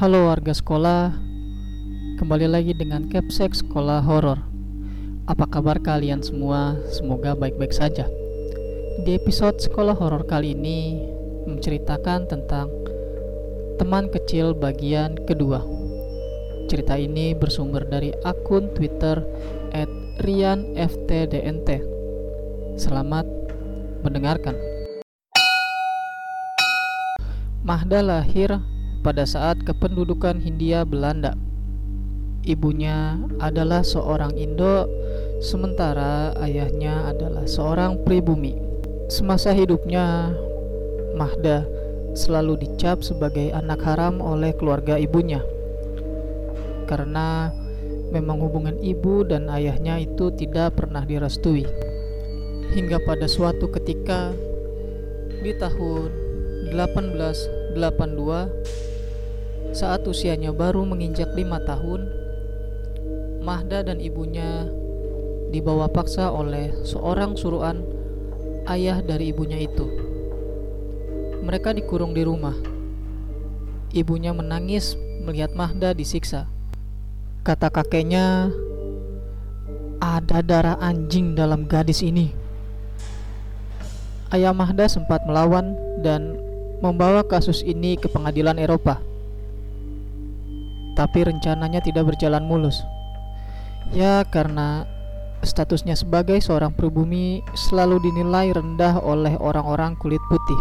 Halo warga sekolah, kembali lagi dengan Capsek Sekolah Horor. Apa kabar kalian semua? Semoga baik-baik saja. Di episode Sekolah Horor kali ini menceritakan tentang teman kecil bagian kedua. Cerita ini bersumber dari akun Twitter @rianftdnt. Selamat mendengarkan. Mahda lahir pada saat kependudukan Hindia Belanda. Ibunya adalah seorang Indo, sementara ayahnya adalah seorang pribumi. Semasa hidupnya, Mahda selalu dicap sebagai anak haram oleh keluarga ibunya, karena memang hubungan ibu dan ayahnya itu tidak pernah direstui. Hingga pada suatu ketika di tahun 1882, saat usianya baru menginjak 5 tahun, Mahda dan ibunya dibawa paksa oleh seorang suruhan ayah dari ibunya itu. Mereka dikurung di rumah. Ibunya menangis melihat Mahda disiksa. Kata kakeknya, "Ada darah anjing dalam gadis ini." Ayah Mahda sempat melawan dan membawa kasus ini ke pengadilan Eropa. Tapi rencananya tidak berjalan mulus. Ya, karena statusnya sebagai seorang pribumi selalu dinilai rendah oleh orang-orang kulit putih.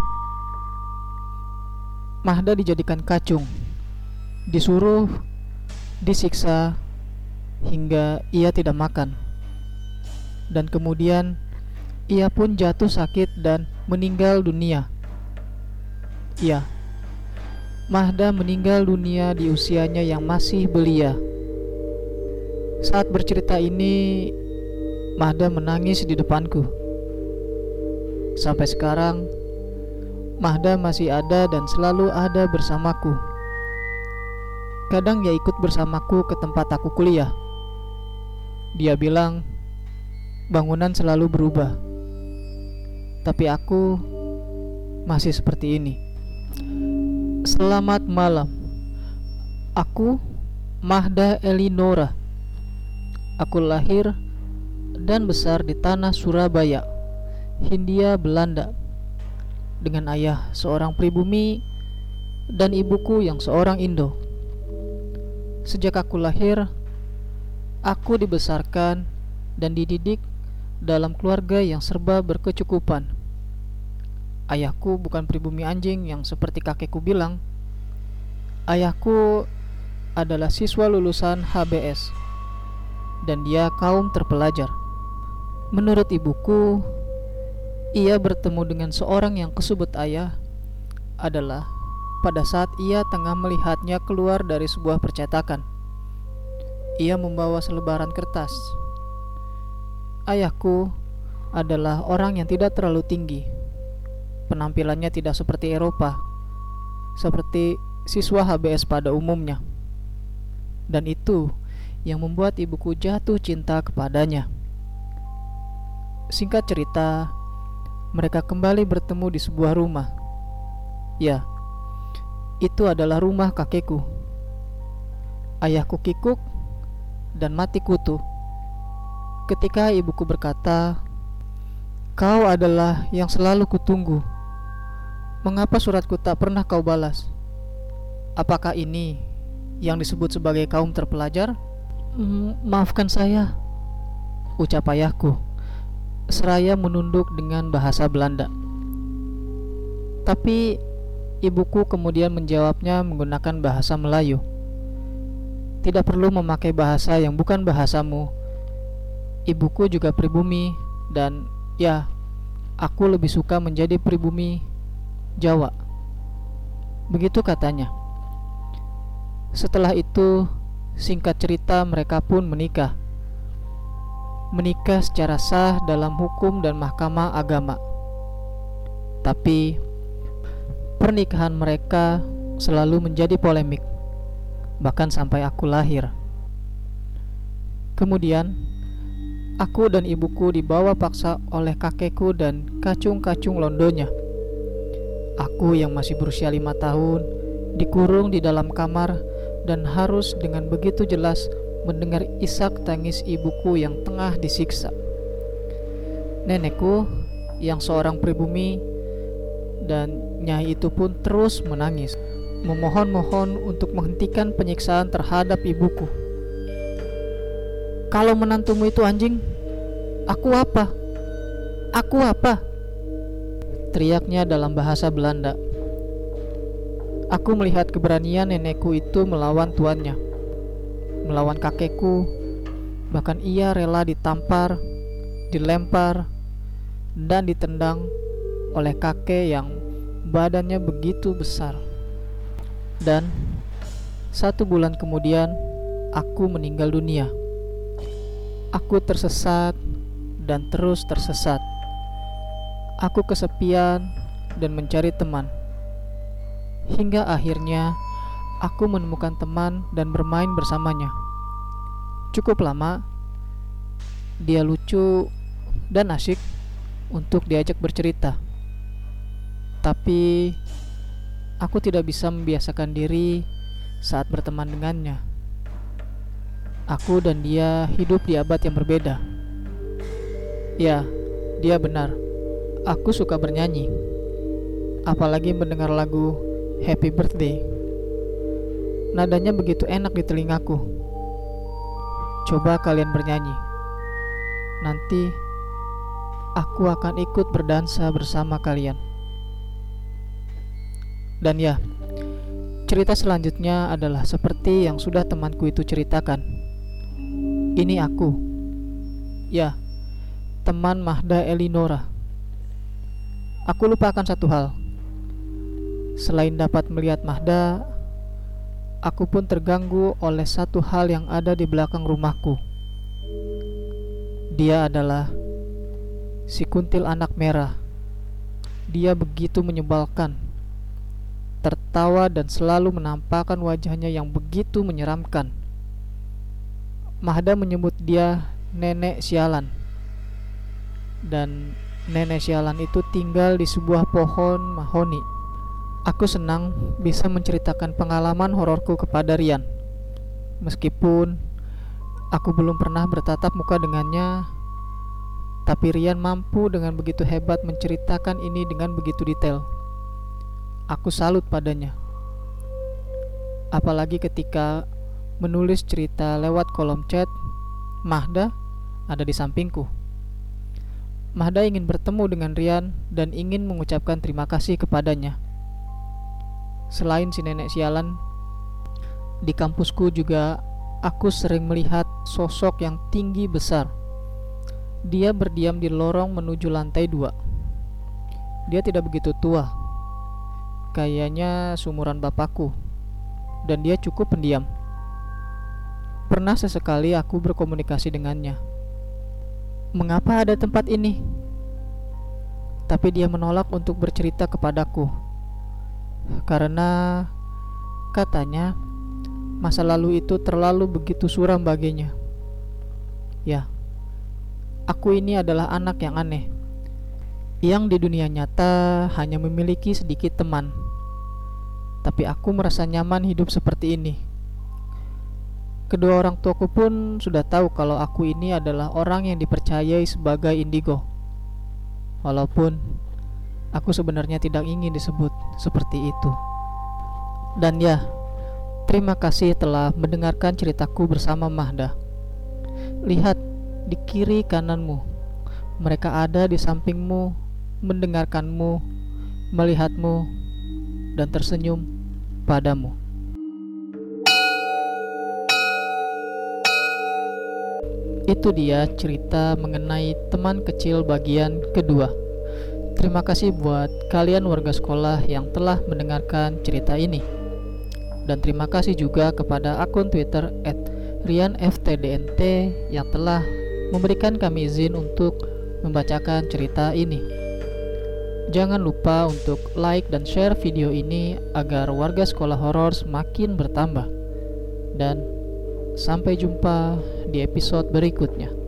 Mahda dijadikan kacung, disuruh disiksa hingga ia tidak makan. Dan kemudian ia pun jatuh sakit dan meninggal dunia. Ya, Mahda meninggal dunia di usianya yang masih belia. Saat bercerita ini, Mahda menangis di depanku. Sampai sekarang, Mahda masih ada dan selalu ada bersamaku. Kadang ia ikut bersamaku ke tempat aku kuliah. Dia bilang, bangunan selalu berubah, tapi aku masih seperti ini. Selamat malam. Aku Mahda Elinora. Aku lahir dan besar di tanah Surabaya, Hindia Belanda, dengan ayah seorang pribumi dan ibuku yang seorang Indo. Sejak aku lahir, aku dibesarkan dan dididik dalam keluarga yang serba berkecukupan. Ayahku bukan pribumi anjing yang seperti kakekku bilang. Ayahku adalah siswa lulusan HBS, dan dia kaum terpelajar. Menurut ibuku, ia bertemu dengan seorang yang kesebut ayah adalah pada saat ia tengah melihatnya keluar dari sebuah percetakan. Ia membawa selebaran kertas. Ayahku adalah orang yang tidak terlalu tinggi. Penampilannya tidak seperti Eropa, seperti siswa HBS pada umumnya. Dan itu yang membuat ibuku jatuh cinta kepadanya. Singkat cerita, mereka kembali bertemu di sebuah rumah. Ya, itu adalah rumah kakekku. Ayahku kikuk dan mati kutu ketika ibuku berkata, "Kau adalah yang selalu kutunggu. Mengapa suratku tak pernah kau balas? Apakah ini yang disebut sebagai kaum terpelajar?" Maafkan saya," ucap ayahku, seraya menunduk dengan bahasa Belanda. Tapi ibuku kemudian menjawabnya menggunakan bahasa Melayu. "Tidak perlu memakai bahasa yang bukan bahasamu. Ibuku juga pribumi, dan ya, aku lebih suka menjadi pribumi Jawa." Begitu katanya. Setelah itu, singkat cerita, mereka pun menikah. Menikah secara sah dalam hukum dan mahkamah agama. Tapi pernikahan mereka selalu menjadi polemik, bahkan sampai aku lahir. Kemudian aku dan ibuku dibawa paksa oleh kakekku dan kacung-kacung londonya. Aku yang masih berusia 5 tahun dikurung di dalam kamar dan harus dengan begitu jelas mendengar isak tangis ibuku yang tengah disiksa. Nenekku yang seorang pribumi dan Nyai itu pun terus menangis, memohon-mohon untuk menghentikan penyiksaan terhadap ibuku. "Kalau menantumu itu anjing, aku apa? Aku apa?" teriaknya dalam bahasa Belanda. Aku melihat keberanian nenekku itu melawan tuannya, melawan kakekku. Bahkan ia rela ditampar, dilempar, dan ditendang oleh kakek yang badannya begitu besar. Dan 1 bulan kemudian aku meninggal dunia. Aku tersesat dan terus tersesat. Aku kesepian dan mencari teman. Hingga akhirnya aku menemukan teman dan bermain bersamanya. Cukup lama. Dia lucu dan asyik untuk diajak bercerita. Tapi aku tidak bisa membiasakan diri saat berteman dengannya. Aku dan dia hidup di abad yang berbeda. Ya, dia benar. Aku suka bernyanyi, apalagi mendengar lagu Happy Birthday. Nadanya begitu enak di telingaku. Coba kalian bernyanyi. Nanti aku akan ikut berdansa bersama kalian. Dan ya, cerita selanjutnya adalah seperti yang sudah temanku itu ceritakan. Ini aku. Ya, teman Mahda Elinora. Aku lupakan satu hal. Selain dapat melihat Mahda, aku pun terganggu oleh satu hal yang ada di belakang rumahku. Dia adalah si kuntil anak merah. Dia begitu menyebalkan, tertawa dan selalu menampakkan wajahnya yang begitu menyeramkan. Mahda menyebut dia nenek sialan. Dan nenek sialan itu tinggal di sebuah pohon mahoni. Aku senang bisa menceritakan pengalaman hororku kepada Rian. Meskipun aku belum pernah bertatap muka dengannya, tapi Rian mampu dengan begitu hebat menceritakan ini dengan begitu detail. Aku salut padanya. Apalagi ketika menulis cerita lewat kolom chat, Mahda ada di sampingku. Mahda ingin bertemu dengan Rian dan ingin mengucapkan terima kasih kepadanya. Selain si nenek sialan, di kampusku juga aku sering melihat sosok yang tinggi besar. Dia berdiam di lorong menuju lantai 2. Dia tidak begitu tua, kayaknya seumuran bapakku, dan dia cukup pendiam. Pernah sesekali aku berkomunikasi dengannya. Mengapa ada tempat ini? Tapi dia menolak untuk bercerita kepadaku. Karena katanya masa lalu itu terlalu begitu suram baginya. Ya, aku ini adalah anak yang aneh, yang di dunia nyata hanya memiliki sedikit teman. Tapi aku merasa nyaman hidup seperti ini. Kedua orang tuaku pun sudah tahu kalau aku ini adalah orang yang dipercayai sebagai indigo. Walaupun aku sebenarnya tidak ingin disebut seperti itu. Dan ya, terima kasih telah mendengarkan ceritaku bersama Mahda. Lihat di kiri kananmu, mereka ada di sampingmu, mendengarkanmu, melihatmu, dan tersenyum padamu. Itu dia cerita mengenai teman kecil bagian kedua. Terima kasih buat kalian warga sekolah yang telah mendengarkan cerita ini. Dan terima kasih juga kepada akun Twitter @rianftdnt yang telah memberikan kami izin untuk membacakan cerita ini. Jangan lupa untuk like dan share video ini agar warga sekolah horor semakin bertambah. Dan sampai jumpa di episode berikutnya.